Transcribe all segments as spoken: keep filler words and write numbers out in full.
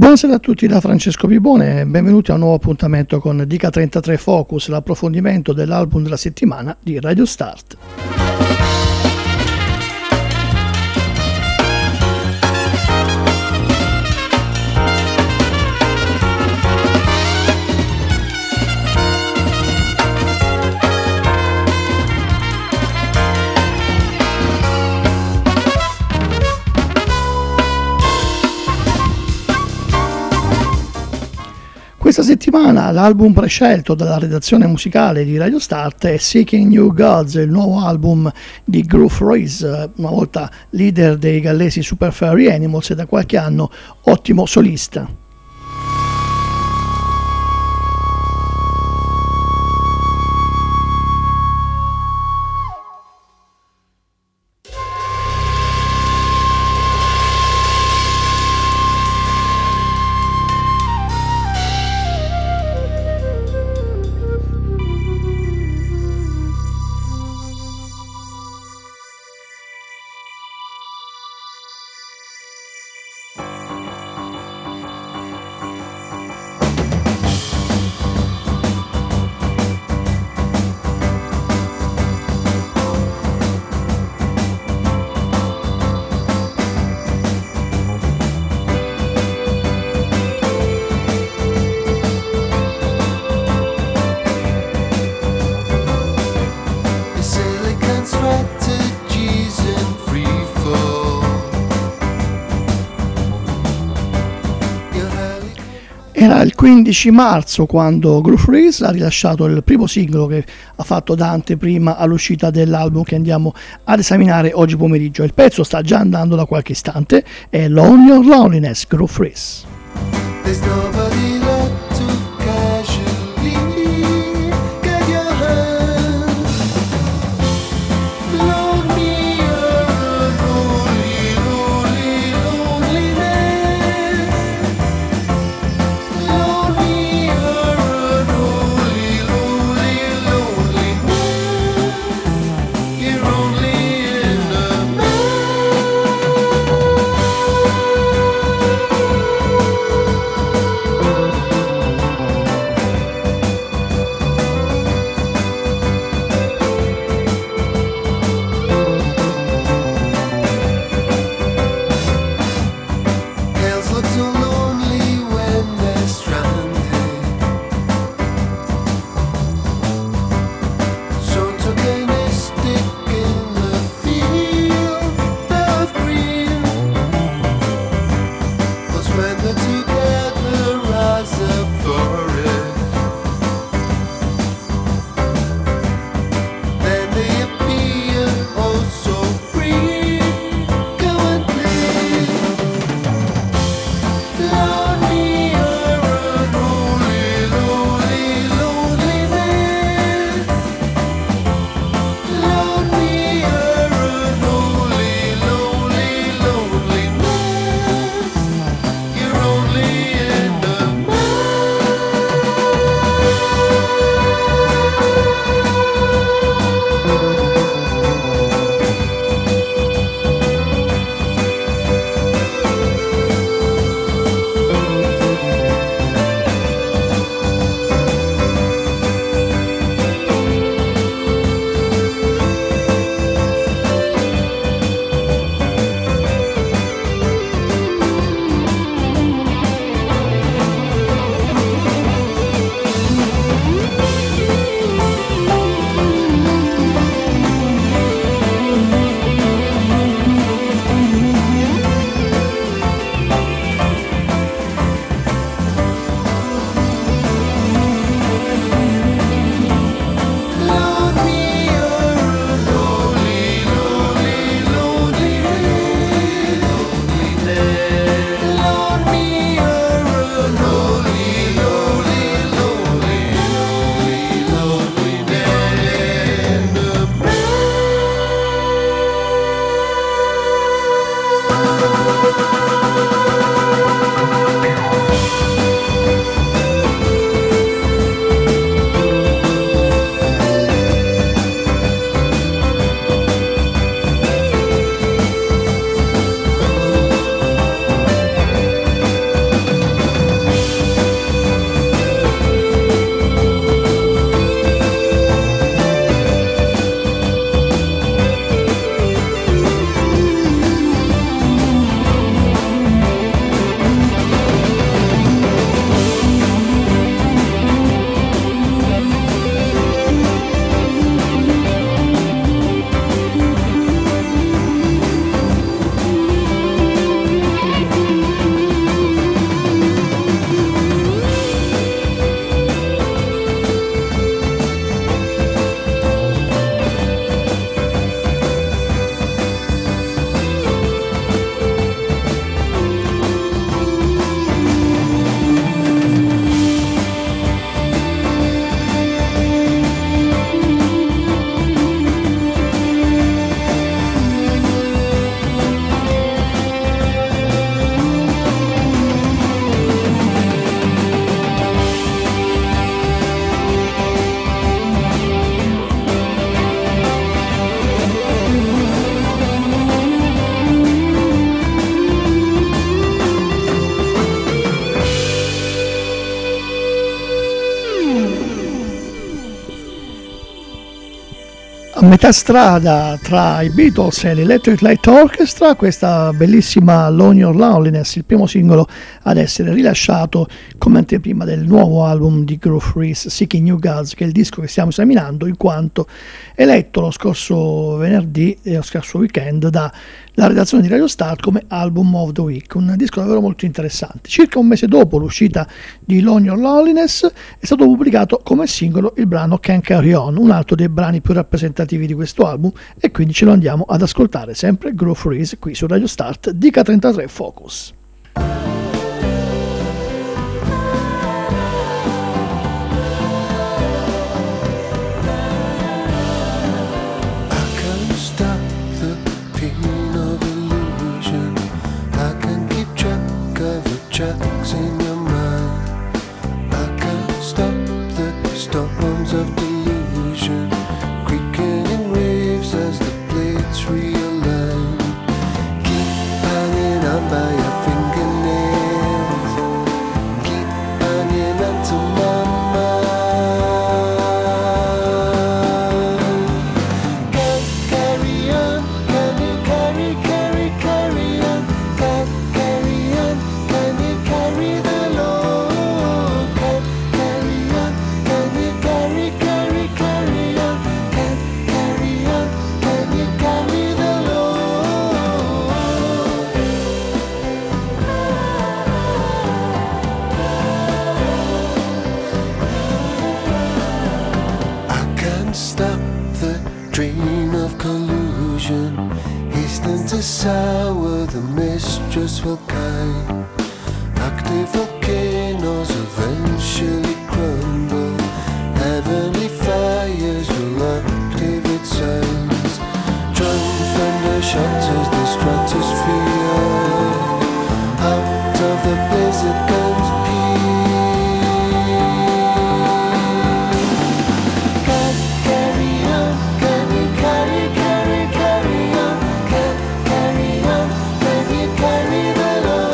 Buonasera a tutti da Francesco Pibone e benvenuti a un nuovo appuntamento con Dica trentatré Focus, l'approfondimento dell'album della settimana di Radio Start. Questa settimana l'album prescelto dalla redazione musicale di Radio Start è Seeking New Gods, il nuovo album di Groove Reese, una volta leader dei gallesi Super Furry Animals e da qualche anno ottimo solista. Era il quindici marzo quando Groove Reese ha rilasciato il primo singolo che ha fatto da anteprima all'uscita dell'album che andiamo ad esaminare oggi pomeriggio. Il pezzo sta già andando da qualche istante, è Lonely or Loneliness, Groove Reese. Only metà strada tra i Beatles e l'Electric Light Orchestra, questa bellissima Lonely Your Loneliness, il primo singolo ad essere rilasciato come anteprima del nuovo album di Groove Freeze, Seeking New Gods, che è il disco che stiamo esaminando in quanto eletto lo scorso venerdì e lo scorso weekend da la redazione di Radio Start come Album of the Week, un disco davvero molto interessante. Circa un mese dopo l'uscita di Lonely Your Loneliness è stato pubblicato come singolo il brano Can't Carry On, un altro dei brani più rappresentativi di questo album, e quindi ce lo andiamo ad ascoltare sempre Groove Freeze qui su Radio Start di K trentatré Focus. Tracks in your mind, I can't stop the storms of delusion, creaking in waves as the blades realign. Keep hanging on by your fingernails, keep hanging on to my mind. Can't carry on, can you carry, carry, carry on? Can't carry on. Carry the load, can carry on, can you carry, carry, carry on, can carry on, can you carry the load? I can't stop the train of collusion, hasten to sour the mistrustful kind. Active volcanoes eventually crumble, heavenly fires will activate signs. Drum thunder shatters the stratosphere, out of the blizzard comes peace. Can't carry on, can you carry, carry, carry on? Can't carry on, can you carry the load?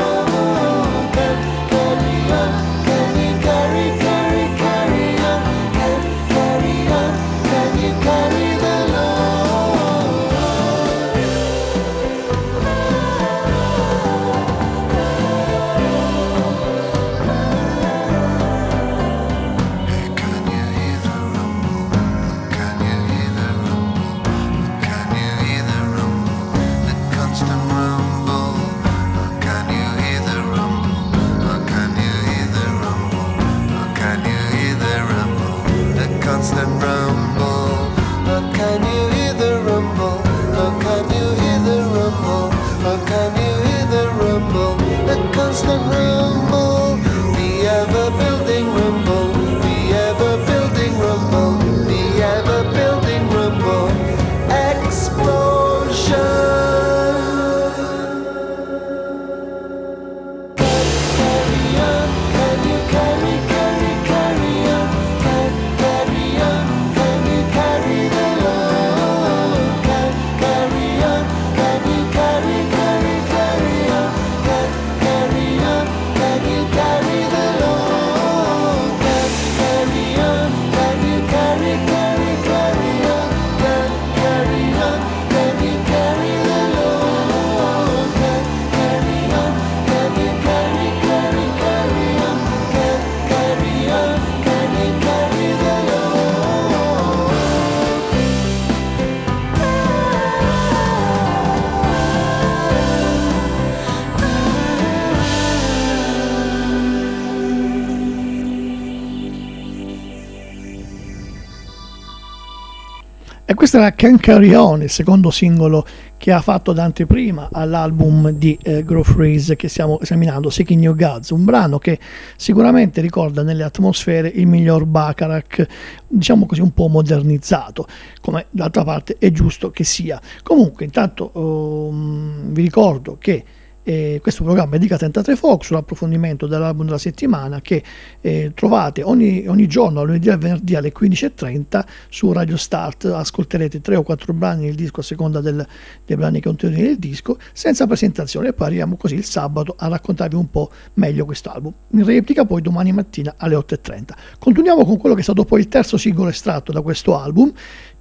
E questo era Can't Carry On, il secondo singolo che ha fatto da anteprima all'album di eh, Groove Freeze che stiamo esaminando, Seeking New Gods, un brano che sicuramente ricorda nelle atmosfere il miglior Bacharach, diciamo così un po' modernizzato, come d'altra parte è giusto che sia. Comunque intanto um, vi ricordo che Eh, questo programma è di K trentatré Focus, l'approfondimento dell'album della settimana che eh, trovate ogni, ogni giorno, lunedì e venerdì alle quindici e trenta su Radio Start. Ascolterete tre o quattro brani del disco a seconda del, dei brani contenuti nel disco, senza presentazione, e poi arriviamo così il sabato a raccontarvi un po' meglio questo album. In replica poi domani mattina alle otto e trenta. Continuiamo con quello che è stato poi il terzo singolo estratto da questo album,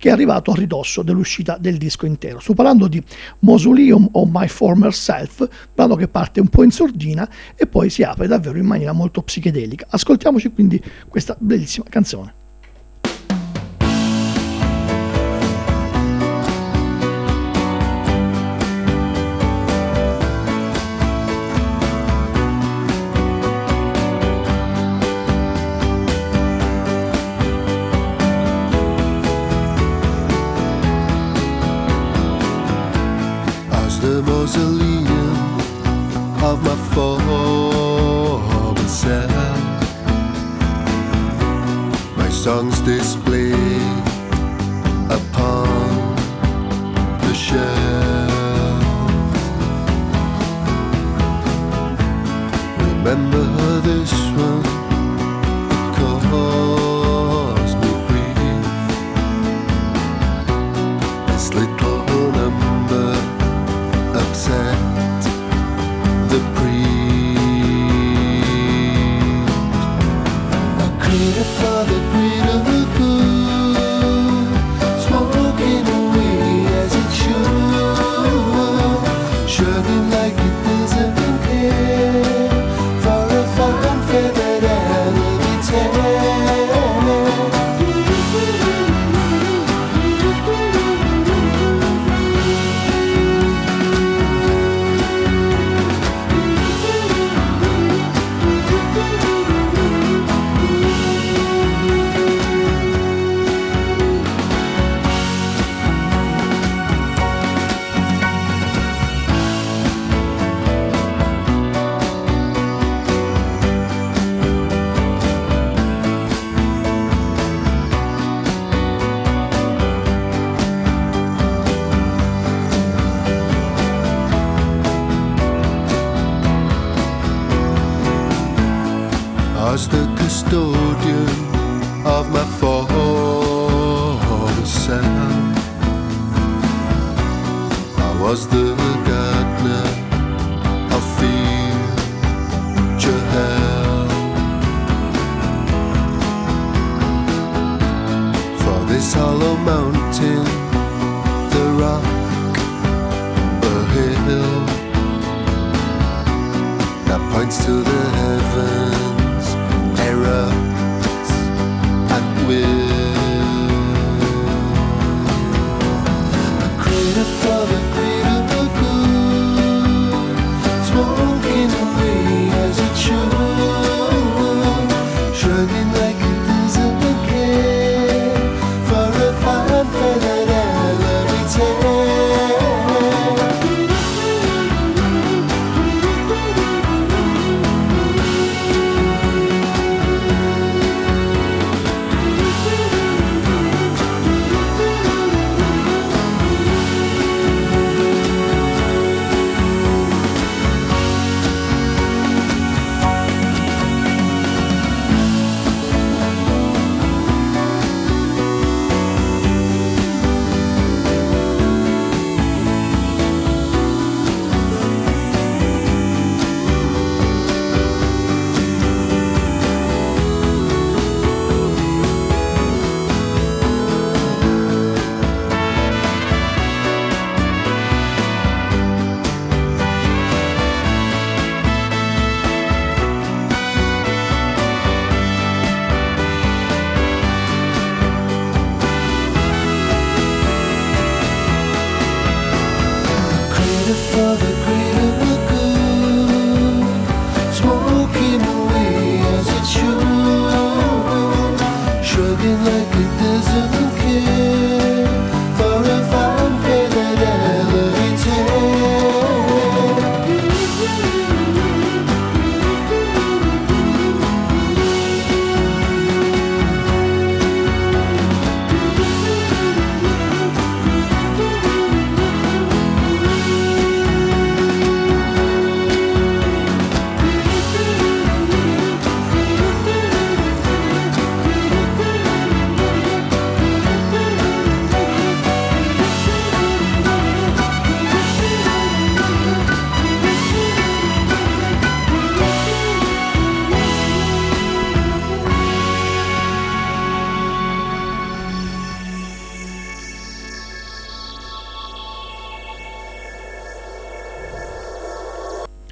che è arrivato a ridosso dell'uscita del disco intero. Sto parlando di Mausoleum of My Former Self, brano che parte un po' in sordina e poi si apre davvero in maniera molto psichedelica. Ascoltiamoci quindi questa bellissima canzone. The mausoleum of my former self, my songs displayed upon the shelf. Remember this one, it caused me grief. This little number upset the priest. A crater for the greater good, smoking away as it should, shrugging like it doesn't care for a fine feathered I was the custodian of my former self. I was the gardener of future hell. For this hollow mountain, the rock, the hill that points to the heavens erupts at will. A crater for the greater good, smoking away as it should, shrugging like it doesn't care for a fine feathered elevator. For the greater good, smoking away as it should, shrugging like it doesn't care for a fine feathered elevator.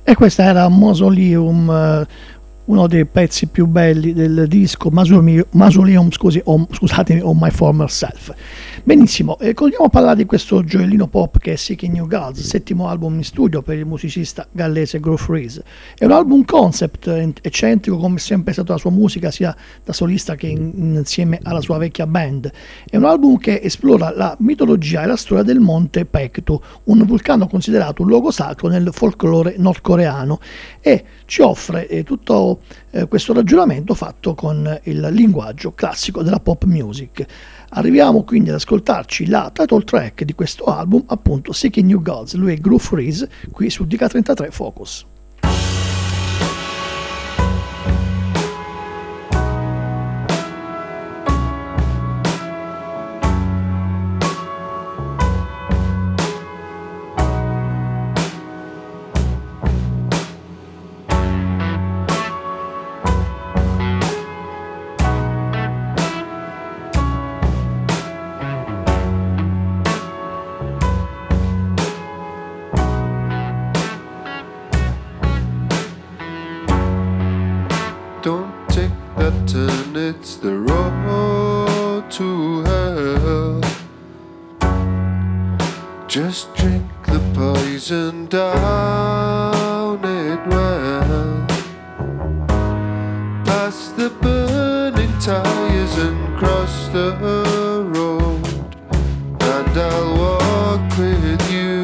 E questa era Mausoleum, eh, uno dei pezzi più belli del disco Mausoleum, Mausoleum scusi, o, scusatemi, o My Former Self. Benissimo, e continuiamo a parlare di questo gioiellino pop che è Seeking New Gods, settimo album in studio per il musicista gallese Groove Freeze. È un album concept eccentrico, come sempre è stata la sua musica, sia da solista che in, insieme alla sua vecchia band. È un album che esplora la mitologia e la storia del monte Pektu, un vulcano considerato un luogo sacro nel folklore nordcoreano, e ci offre eh, tutto eh, questo ragionamento fatto con il linguaggio classico della pop music. Arriviamo quindi ad ascoltarci la title track di questo album, appunto Seeking New Gods. Lui è Groove Freeze, qui su D K trentatré Focus. It's the road to hell. Just drink the poison down it well. Past the burning tires and cross the road, and I'll walk with you.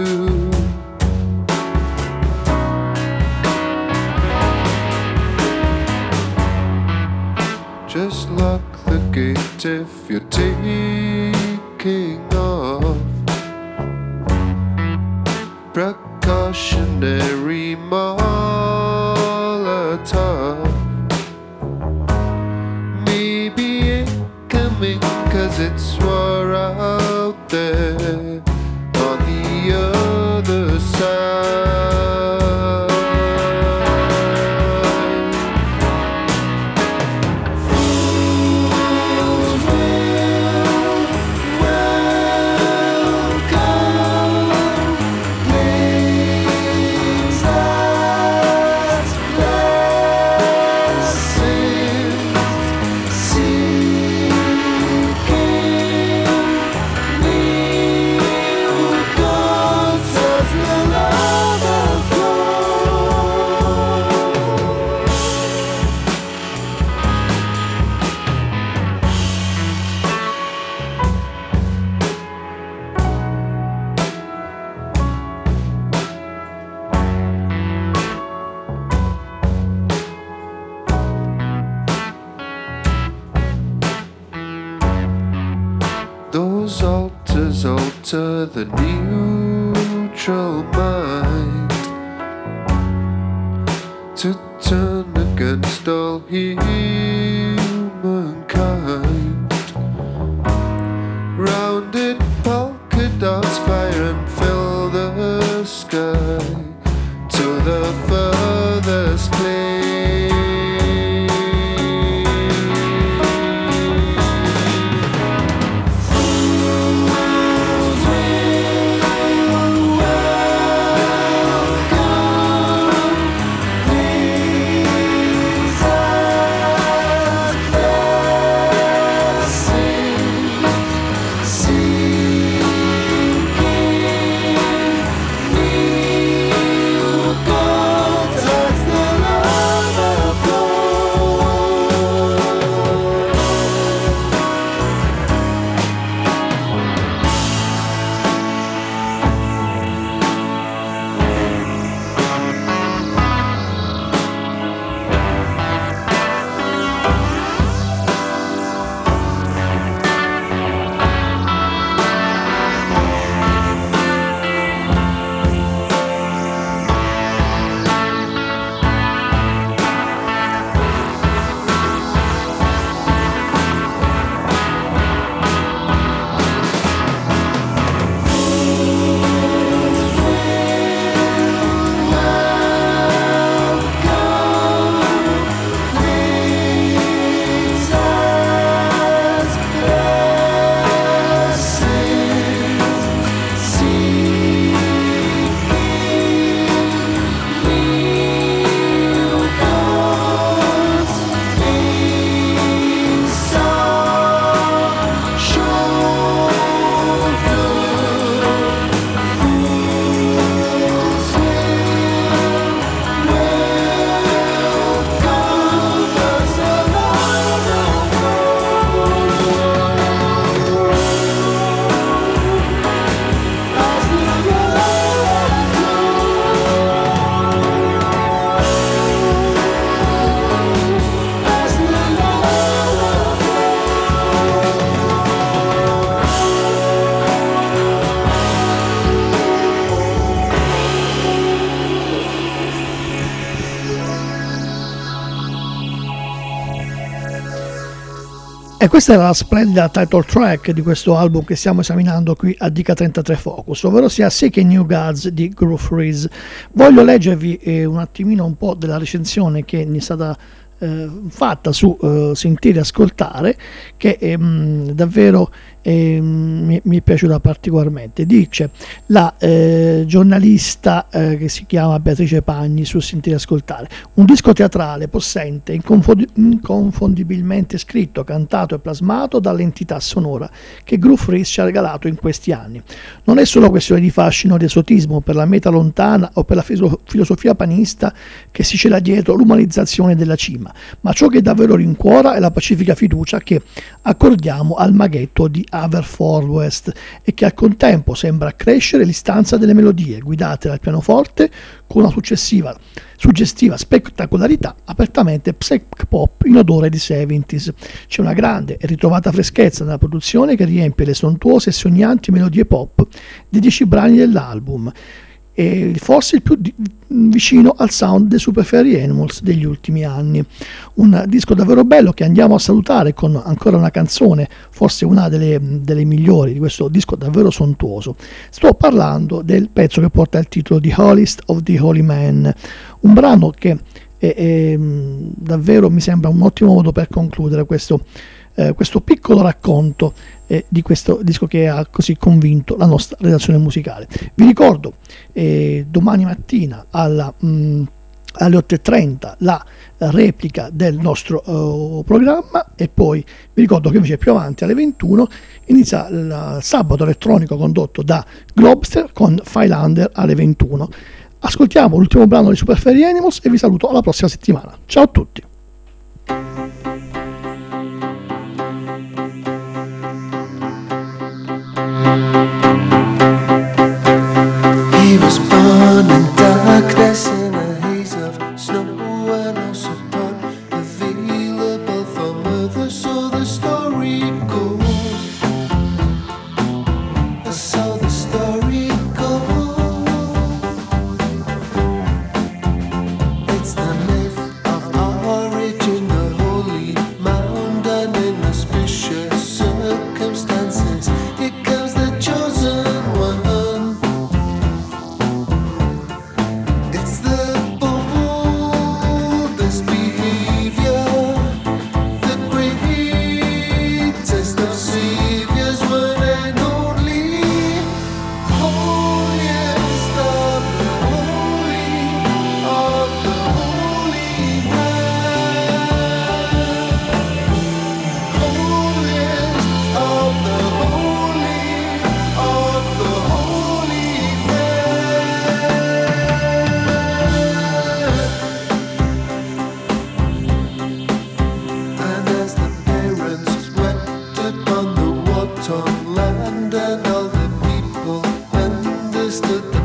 Just lock the gate if you're taking off. Precautionary Molotov. Maybe it coming 'cause it's war out there on the other side. Those altars alter the neutral mind to turn against all humankind. Rounded polka dots fire and fill the sky to the furthest place. E questa era la splendida title track di questo album che stiamo esaminando qui a Dica trentatré Focus, ovvero sia Seeking New Gods di Groove Freeze. Voglio leggervi eh, un attimino un po' della recensione che mi è stata eh, fatta su eh, Sentire e Ascoltare, che ehm, davvero eh, mi, mi è piaciuta particolarmente. Dice la eh, giornalista eh, che si chiama Beatrice Pagni su Sentire e Ascoltare: un disco teatrale possente, inconfond- inconfondibilmente scritto, cantato e plasmato dall'entità sonora che Groove Freeze ci ha regalato in questi anni. Non è solo questione di fascino o di esotismo per la meta lontana o per la filo- filosofia panista che si cela dietro l'umanizzazione della cima, ma ciò che davvero rincuora è la pacifica fiducia che accordiamo al maghetto di Haverford e che al contempo sembra accrescere l'istanza delle melodie guidate dal pianoforte con una successiva suggestiva spettacolarità apertamente psych pop in odore di seventies. C'è una grande e ritrovata freschezza nella produzione che riempie le sontuose e sognanti melodie pop dei dieci brani dell'album, e forse il più di- vicino al sound dei Super Fairy Animals degli ultimi anni. Un disco davvero bello che andiamo a salutare con ancora una canzone, forse una delle, delle migliori di questo disco davvero sontuoso. Sto parlando del pezzo che porta il titolo di Holiest of the Holy Man, un brano che è, è, davvero mi sembra un ottimo modo per concludere questo, eh, questo piccolo racconto eh, di questo disco che ha così convinto la nostra redazione musicale. Vi ricordo eh, domani mattina alla, mh, alle otto e trenta la replica del nostro uh, programma, e poi vi ricordo che invece più avanti alle ventuno inizia il sabato elettronico condotto da Globster con Filander alle ventuno. Ascoltiamo l'ultimo brano di Super Fairy Animals e vi saluto alla prossima settimana. Ciao a tutti. He was born in darkness in a haze of snow and also support available for mother, so the story goes. So the story goes. It's the myth of origin, the holy mountain in auspicious circumstances. Here comes the chosen one. It's the boldest behavior, the greatest of saviors, one and only, holiest of the holy, of the holy man, holiest of the holy, of the holy man. And as the parents wept upon the war-torn land, and all the people understood